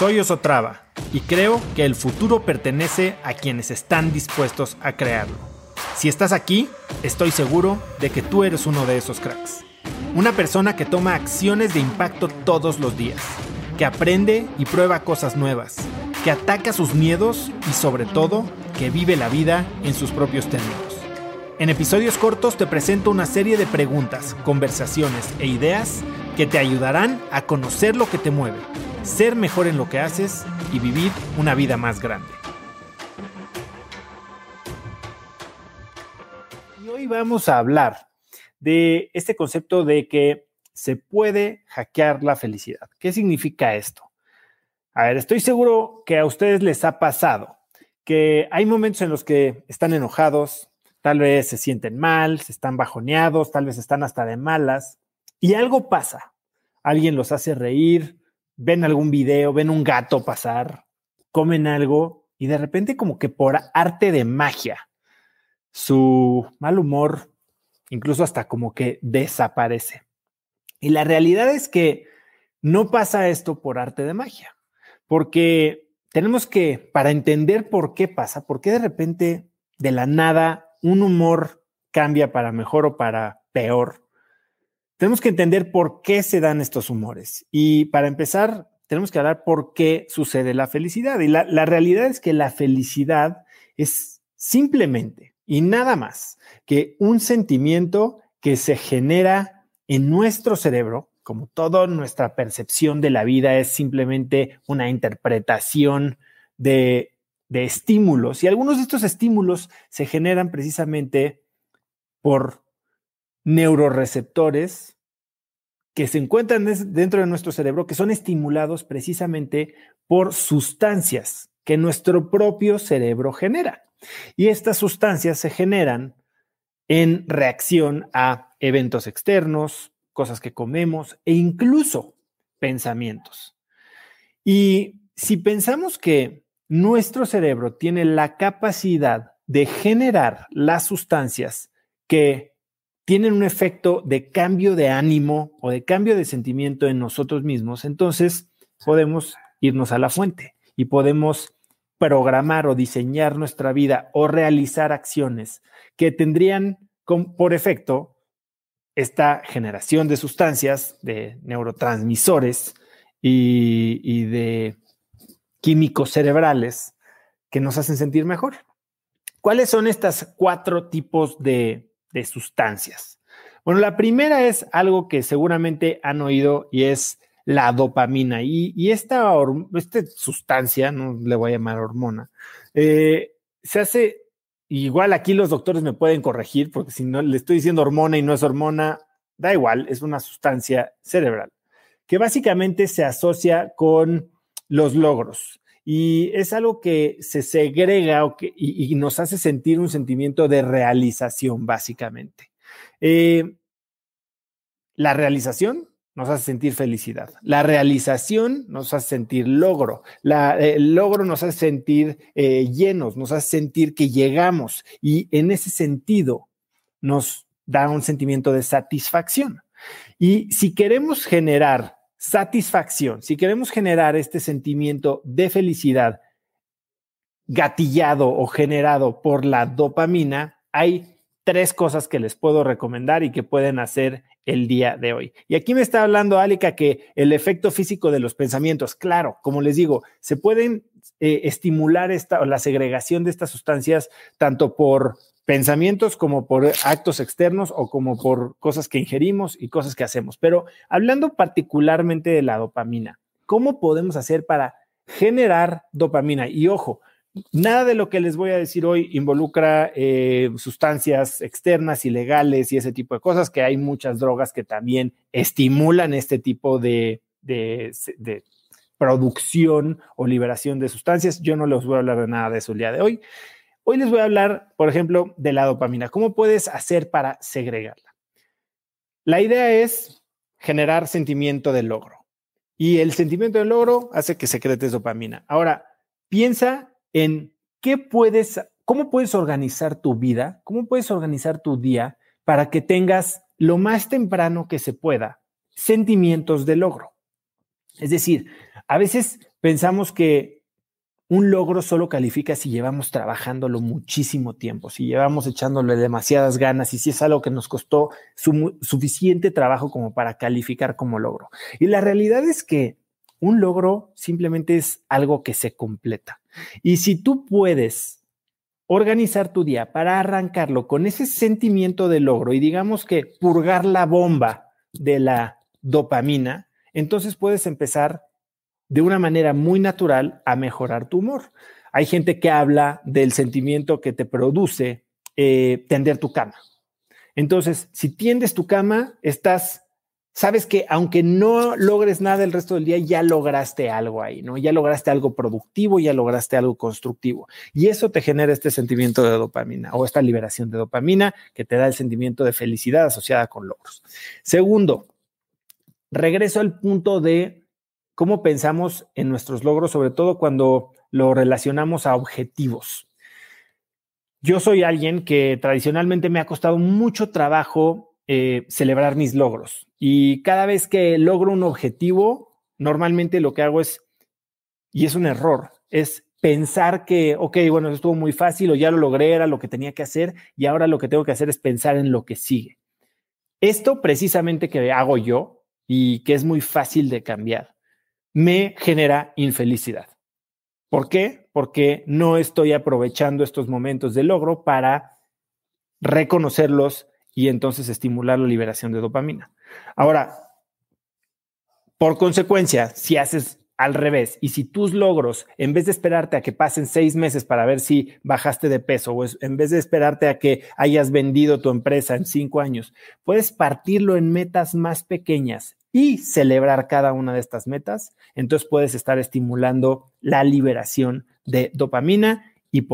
Soy Osotrava y creo que el futuro pertenece a quienes están dispuestos a crearlo. Si estás aquí, estoy seguro de que tú eres uno de esos cracks. Una persona que toma acciones de impacto todos los días, que aprende y prueba cosas nuevas, que ataca sus miedos y sobre todo, que vive la vida en sus propios términos. En episodios cortos te presento una serie de preguntas, conversaciones e ideas que te ayudarán a conocer lo que te mueve, ser mejor en lo que haces y vivir una vida más grande. Y hoy vamos a hablar de este concepto de que se puede hackear la felicidad. ¿Qué significa esto? A ver, estoy seguro que a ustedes les ha pasado que hay momentos en los que están enojados, tal vez se sienten mal, se están bajoneados, tal vez están hasta de malas y algo pasa. Alguien los hace reír, ven algún video, ven un gato pasar, comen algo y de repente como que por arte de magia su mal humor incluso hasta como que desaparece. Y la realidad es que no pasa esto por arte de magia, porque tenemos que, para entender por qué pasa, por qué de repente de la nada un humor cambia para mejor o para peor, tenemos que entender por qué se dan estos humores. Y para empezar, tenemos que hablar por qué sucede la felicidad. Y la realidad es que la felicidad es simplemente y nada más que un sentimiento que se genera en nuestro cerebro, como toda nuestra percepción de la vida es simplemente una interpretación de estímulos. Y algunos de estos estímulos se generan precisamente por neuroreceptores que se encuentran dentro de nuestro cerebro, que son estimulados precisamente por sustancias que nuestro propio cerebro genera. Y estas sustancias se generan en reacción a eventos externos, cosas que comemos e incluso pensamientos. Y si pensamos que nuestro cerebro tiene la capacidad de generar las sustancias que tienen un efecto de cambio de ánimo o de cambio de sentimiento en nosotros mismos, entonces podemos irnos a la fuente y podemos programar o diseñar nuestra vida o realizar acciones que tendrían por efecto esta generación de sustancias, de neurotransmisores y de químicos cerebrales que nos hacen sentir mejor. ¿Cuáles son estas 4 tipos de sustancias? Bueno, la primera es algo que seguramente han oído y es la dopamina. Y esta sustancia, no le voy a llamar hormona, se hace, igual aquí los doctores me pueden corregir, porque si no le estoy diciendo hormona y no es hormona, da igual, es una sustancia cerebral, que básicamente se asocia con los logros. Y es algo que se segrega y nos hace sentir un sentimiento de realización, básicamente. La realización nos hace sentir felicidad. La realización nos hace sentir logro. El logro nos hace sentir llenos, nos hace sentir que llegamos. Y en ese sentido nos da un sentimiento de satisfacción. Y si queremos generar satisfacción, si queremos generar este sentimiento de felicidad gatillado o generado por la dopamina, hay 3 cosas que les puedo recomendar y que pueden hacer el día de hoy. Y aquí me está hablando Alika que el efecto físico de los pensamientos, claro, como les digo, se pueden estimular la segregación de estas sustancias tanto por pensamientos como por actos externos o como por cosas que ingerimos y cosas que hacemos. Pero hablando particularmente de la dopamina, ¿cómo podemos hacer para generar dopamina? Y ojo, nada de lo que les voy a decir hoy involucra sustancias externas, ilegales y ese tipo de cosas, que hay muchas drogas que también estimulan este tipo de producción o liberación de sustancias. Yo no les voy a hablar de nada de eso el día de hoy. Hoy les voy a hablar, por ejemplo, de la dopamina. ¿Cómo puedes hacer para segregarla? La idea es generar sentimiento de logro. Y el sentimiento de logro hace que secretes dopamina. Ahora, piensa en cómo puedes organizar tu vida, cómo puedes organizar tu día para que tengas lo más temprano que se pueda sentimientos de logro. Es decir, a veces pensamos que un logro solo califica si llevamos trabajándolo muchísimo tiempo, si llevamos echándole demasiadas ganas y si es algo que nos costó suficiente trabajo como para calificar como logro. Y la realidad es que un logro simplemente es algo que se completa. Y si tú puedes organizar tu día para arrancarlo con ese sentimiento de logro y digamos que purgar la bomba de la dopamina, entonces puedes empezar de una manera muy natural a mejorar tu humor. Hay gente que habla del sentimiento que te produce tender tu cama. Entonces, si tiendes tu cama, sabes que aunque no logres nada el resto del día, ya lograste algo ahí, ¿no? Ya lograste algo productivo, ya lograste algo constructivo. Y eso te genera este sentimiento de dopamina o esta liberación de dopamina que te da el sentimiento de felicidad asociada con logros. Segundo, regreso al punto de cómo pensamos en nuestros logros, sobre todo cuando lo relacionamos a objetivos. Yo soy alguien que tradicionalmente me ha costado mucho trabajo celebrar mis logros y cada vez que logro un objetivo, normalmente lo que hago es, y es un error, es pensar que, ok, bueno, estuvo muy fácil o ya lo logré, era lo que tenía que hacer y ahora lo que tengo que hacer es pensar en lo que sigue. Esto precisamente que hago yo y que es muy fácil de cambiar, me genera infelicidad. ¿Por qué? Porque no estoy aprovechando estos momentos de logro para reconocerlos y entonces estimular la liberación de dopamina. Ahora, por consecuencia, si haces al revés y si tus logros, en vez de esperarte a que pasen 6 meses para ver si bajaste de peso o en vez de esperarte a que hayas vendido tu empresa en 5 años, puedes partirlo en metas más pequeñas y celebrar cada una de estas metas, entonces puedes estar estimulando la liberación de dopamina y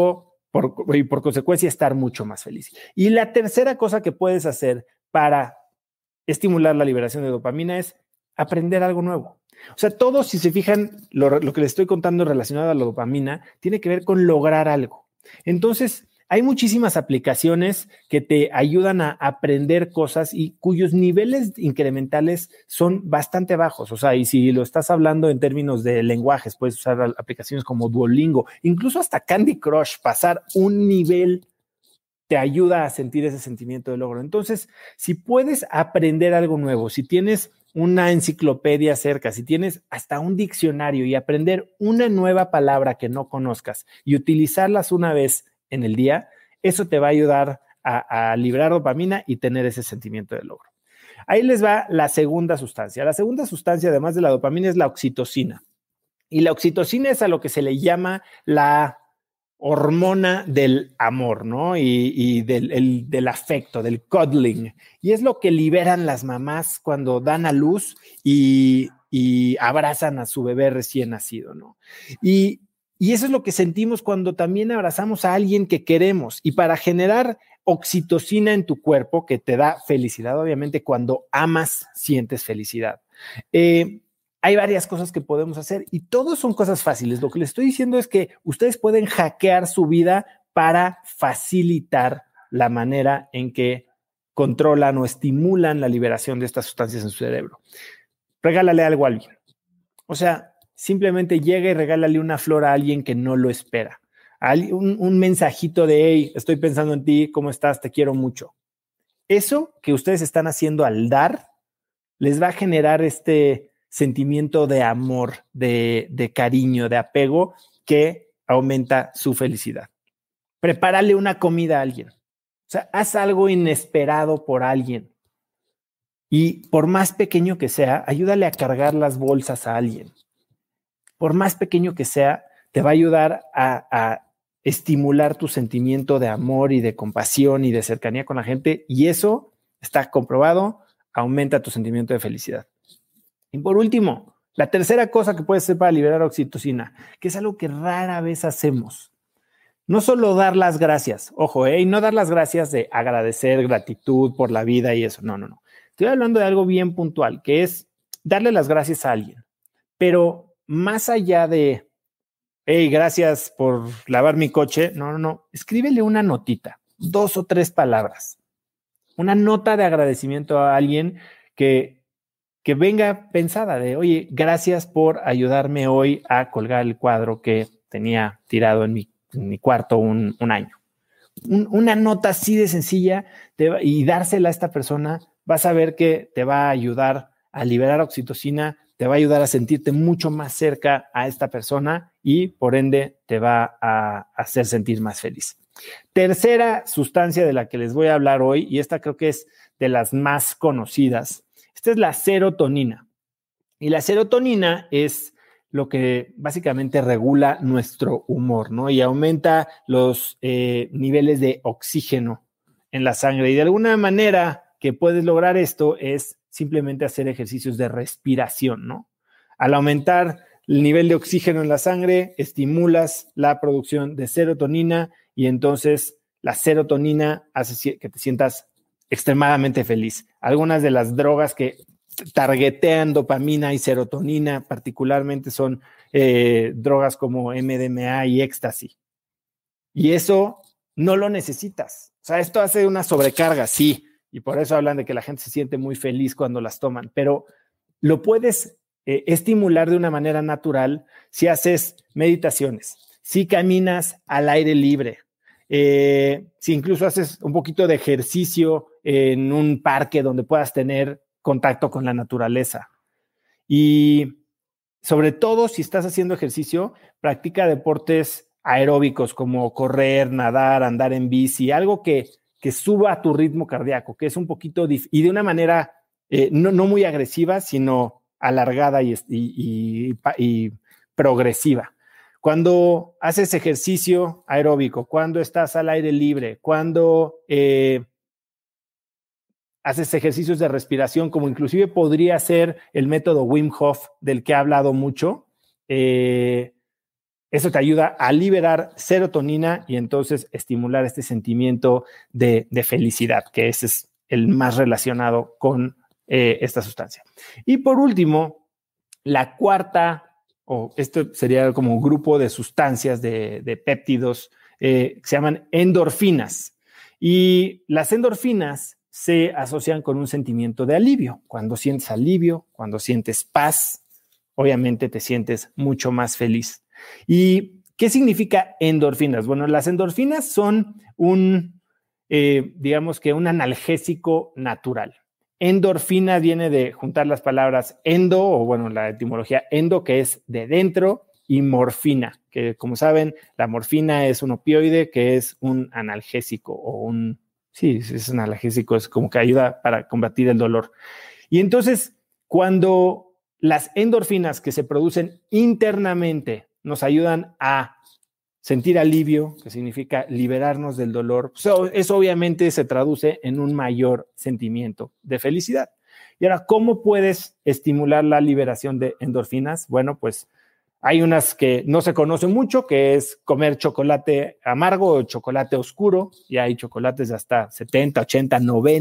por consecuencia estar mucho más feliz. Y la tercera cosa que puedes hacer para estimular la liberación de dopamina es aprender algo nuevo. O sea, todos, si se fijan, lo que les estoy contando relacionado a la dopamina tiene que ver con lograr algo. Entonces, hay muchísimas aplicaciones que te ayudan a aprender cosas y cuyos niveles incrementales son bastante bajos. O sea, y si lo estás hablando en términos de lenguajes, puedes usar aplicaciones como Duolingo, incluso hasta Candy Crush, pasar un nivel te ayuda a sentir ese sentimiento de logro. Entonces, si puedes aprender algo nuevo, si tienes una enciclopedia cerca, si tienes hasta un diccionario y aprender una nueva palabra que no conozcas y utilizarlas una vez en el día, eso te va a ayudar a liberar dopamina y tener ese sentimiento de logro. Ahí les va la segunda sustancia. La segunda sustancia, además de la dopamina, es la oxitocina. Y la oxitocina es a lo que se le llama la hormona del amor, ¿no? Y del afecto, del cuddling. Y es lo que liberan las mamás cuando dan a luz y abrazan a su bebé recién nacido, ¿no? Y eso es lo que sentimos cuando también abrazamos a alguien que queremos. Y para generar oxitocina en tu cuerpo, que te da felicidad, obviamente, cuando amas, sientes felicidad. Hay varias cosas que podemos hacer y todas son cosas fáciles. Lo que les estoy diciendo es que ustedes pueden hackear su vida para facilitar la manera en que controlan o estimulan la liberación de estas sustancias en su cerebro. Regálale algo a alguien. O sea, simplemente llega y regálale una flor a alguien que no lo espera. Un mensajito de, hey, estoy pensando en ti, ¿cómo estás? Te quiero mucho. Eso que ustedes están haciendo al dar les va a generar este sentimiento de amor, de cariño, de apego que aumenta su felicidad. Prepárale una comida a alguien. O sea, haz algo inesperado por alguien. Y por más pequeño que sea, ayúdale a cargar las bolsas a alguien. Por más pequeño que sea, te va a ayudar a estimular tu sentimiento de amor y de compasión y de cercanía con la gente. Y eso está comprobado, aumenta tu sentimiento de felicidad. Y por último, la tercera cosa que puedes hacer para liberar oxitocina, que es algo que rara vez hacemos. No solo dar las gracias, ojo, y no dar las gracias de agradecer, gratitud por la vida y eso, no. Estoy hablando de algo bien puntual, que es darle las gracias a alguien, pero más allá de, hey, gracias por lavar mi coche, no, escríbele una notita, 2 o 3 palabras, una nota de agradecimiento a alguien que que venga pensada de, oye, gracias por ayudarme hoy a colgar el cuadro que tenía tirado en mi cuarto un año. Una nota así de sencilla y dársela a esta persona, vas a ver que te va a ayudar a liberar oxitocina, te va a ayudar a sentirte mucho más cerca a esta persona y por ende te va a hacer sentir más feliz. Tercera sustancia de la que les voy a hablar hoy, y esta creo que es de las más conocidas, esta es la serotonina. Y la serotonina es lo que básicamente regula nuestro humor, ¿no? Y aumenta los niveles de oxígeno en la sangre. Y de alguna manera que puedes lograr esto es simplemente hacer ejercicios de respiración, ¿no? Al aumentar el nivel de oxígeno en la sangre, estimulas la producción de serotonina y entonces la serotonina hace que te sientas extremadamente feliz. Algunas de las drogas que targetean dopamina y serotonina, particularmente son drogas como MDMA y éxtasis. Y eso no lo necesitas. O sea, esto hace una sobrecarga, sí, y por eso hablan de que la gente se siente muy feliz cuando las toman, pero lo puedes estimular de una manera natural si haces meditaciones, si caminas al aire libre, si incluso haces un poquito de ejercicio en un parque donde puedas tener contacto con la naturaleza. Y sobre todo si estás haciendo ejercicio, practica deportes aeróbicos como correr, nadar, andar en bici, algo que suba tu ritmo cardíaco, que es un poquito y de una manera no muy agresiva, sino alargada y progresiva. Cuando haces ejercicio aeróbico, cuando estás al aire libre, cuando haces ejercicios de respiración, como inclusive podría ser el método Wim Hof, del que he hablado mucho, eso te ayuda a liberar serotonina y entonces estimular este sentimiento de felicidad, que ese es el más relacionado con esta sustancia. Y por último, la cuarta, o esto sería como un grupo de sustancias de péptidos que se llaman endorfinas. Y las endorfinas se asocian con un sentimiento de alivio. Cuando sientes alivio, cuando sientes paz, obviamente te sientes mucho más feliz. ¿Y qué significa endorfinas? Bueno, las endorfinas son digamos que un analgésico natural. Endorfina viene de juntar las palabras endo, o bueno, la etimología endo, que es de dentro, y morfina, que como saben, la morfina es un opioide que es un analgésico o sí, es un analgésico, es como que ayuda para combatir el dolor. Y entonces, cuando las endorfinas que se producen internamente nos ayudan a sentir alivio, que significa liberarnos del dolor, eso obviamente se traduce en un mayor sentimiento de felicidad. Y ahora, ¿cómo puedes estimular la liberación de endorfinas? Bueno, pues hay unas que no se conocen mucho, que es comer chocolate amargo o chocolate oscuro, y hay chocolates de hasta 70, 80,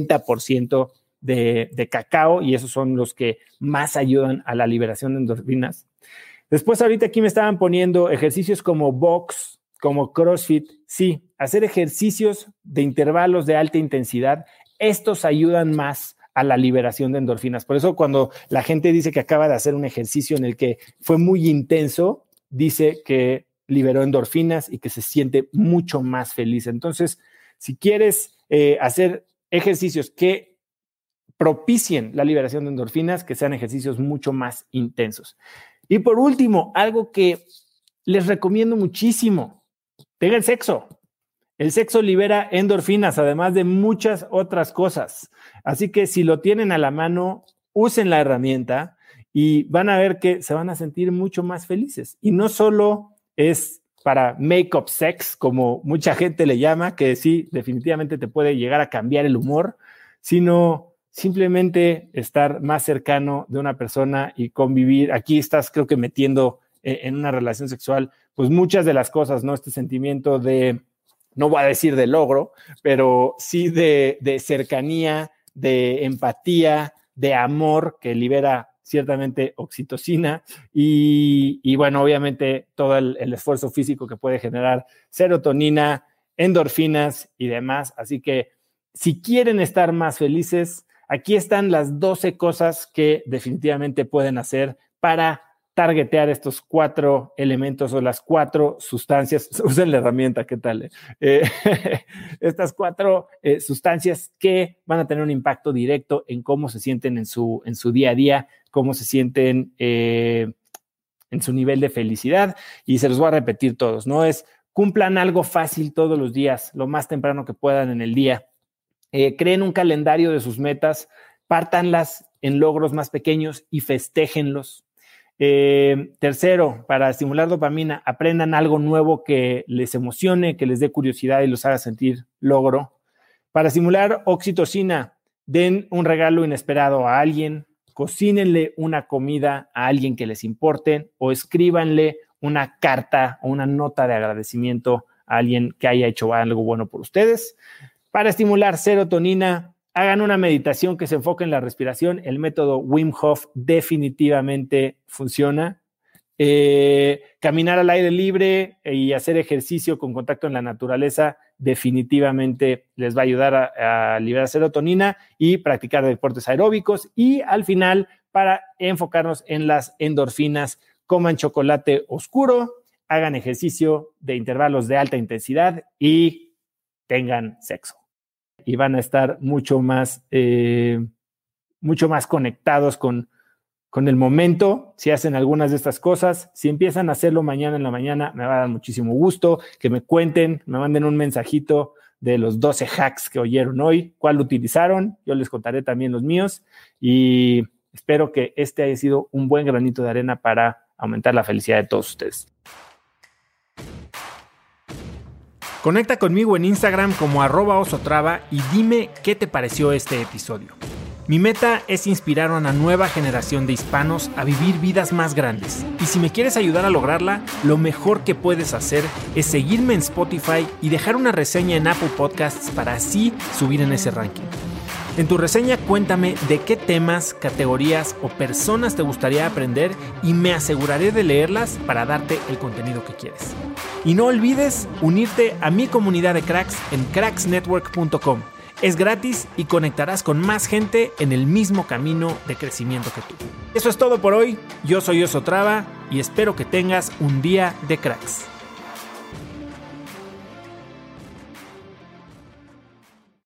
90% de cacao, y esos son los que más ayudan a la liberación de endorfinas. Después, ahorita aquí me estaban poniendo ejercicios como box, como CrossFit. Sí, hacer ejercicios de intervalos de alta intensidad, estos ayudan más a la liberación de endorfinas. Por eso cuando la gente dice que acaba de hacer un ejercicio en el que fue muy intenso, dice que liberó endorfinas y que se siente mucho más feliz. Entonces, si quieres hacer ejercicios que propicien la liberación de endorfinas, que sean ejercicios mucho más intensos. Y por último, algo que les recomiendo muchísimo, tengan sexo. El sexo libera endorfinas, además de muchas otras cosas. Así que si lo tienen a la mano, usen la herramienta y van a ver que se van a sentir mucho más felices. Y no solo es para make-up sex, como mucha gente le llama, que sí, definitivamente te puede llegar a cambiar el humor, sino simplemente estar más cercano de una persona y convivir. Aquí estás, creo que metiendo en una relación sexual, pues muchas de las cosas, ¿no? Este sentimiento de, no voy a decir de logro, pero sí de cercanía, de empatía, de amor, que libera ciertamente oxitocina y bueno, obviamente todo el esfuerzo físico que puede generar serotonina, endorfinas y demás. Así que si quieren estar más felices, Aquí están las 12 cosas que definitivamente pueden hacer para targetear estos 4 elementos o las 4 sustancias. Usen la herramienta, ¿qué tal? Estas 4 sustancias que van a tener un impacto directo en cómo se sienten en su día a día, cómo se sienten en su nivel de felicidad. Y se los voy a repetir todos, ¿no? Cumplan algo fácil todos los días, lo más temprano que puedan en el día. Creen un calendario de sus metas, pártanlas en logros más pequeños y festéjenlos. Tercero, para estimular dopamina, aprendan algo nuevo que les emocione, que les dé curiosidad y los haga sentir logro. Para estimular oxitocina, den un regalo inesperado a alguien, cocínenle una comida a alguien que les importe o escríbanle una carta o una nota de agradecimiento a alguien que haya hecho algo bueno por ustedes. Para estimular serotonina, hagan una meditación que se enfoque en la respiración. El método Wim Hof definitivamente funciona. Caminar al aire libre y hacer ejercicio con contacto en la naturaleza definitivamente les va a ayudar a liberar serotonina y practicar deportes aeróbicos. Y al final, para enfocarnos en las endorfinas, coman chocolate oscuro, hagan ejercicio de intervalos de alta intensidad y tengan sexo. Y van a estar mucho más conectados con el momento si hacen algunas de estas cosas. Si empiezan a hacerlo mañana en la mañana, me va a dar muchísimo gusto que me cuenten, me manden un mensajito de los 12 hacks que oyeron hoy, cuál utilizaron. Yo les contaré también los míos y espero que este haya sido un buen granito de arena para aumentar la felicidad de todos ustedes. Conecta conmigo en Instagram como @osotrava y dime qué te pareció este episodio. Mi meta es inspirar a una nueva generación de hispanos a vivir vidas más grandes. Y si me quieres ayudar a lograrla, lo mejor que puedes hacer es seguirme en Spotify y dejar una reseña en Apple Podcasts para así subir en ese ranking. En tu reseña cuéntame de qué temas, categorías o personas te gustaría aprender y me aseguraré de leerlas para darte el contenido que quieres. Y no olvides unirte a mi comunidad de cracks en cracksnetwork.com. Es gratis y conectarás con más gente en el mismo camino de crecimiento que tú. Eso es todo por hoy. Yo soy Oso Trava y espero que tengas un día de cracks.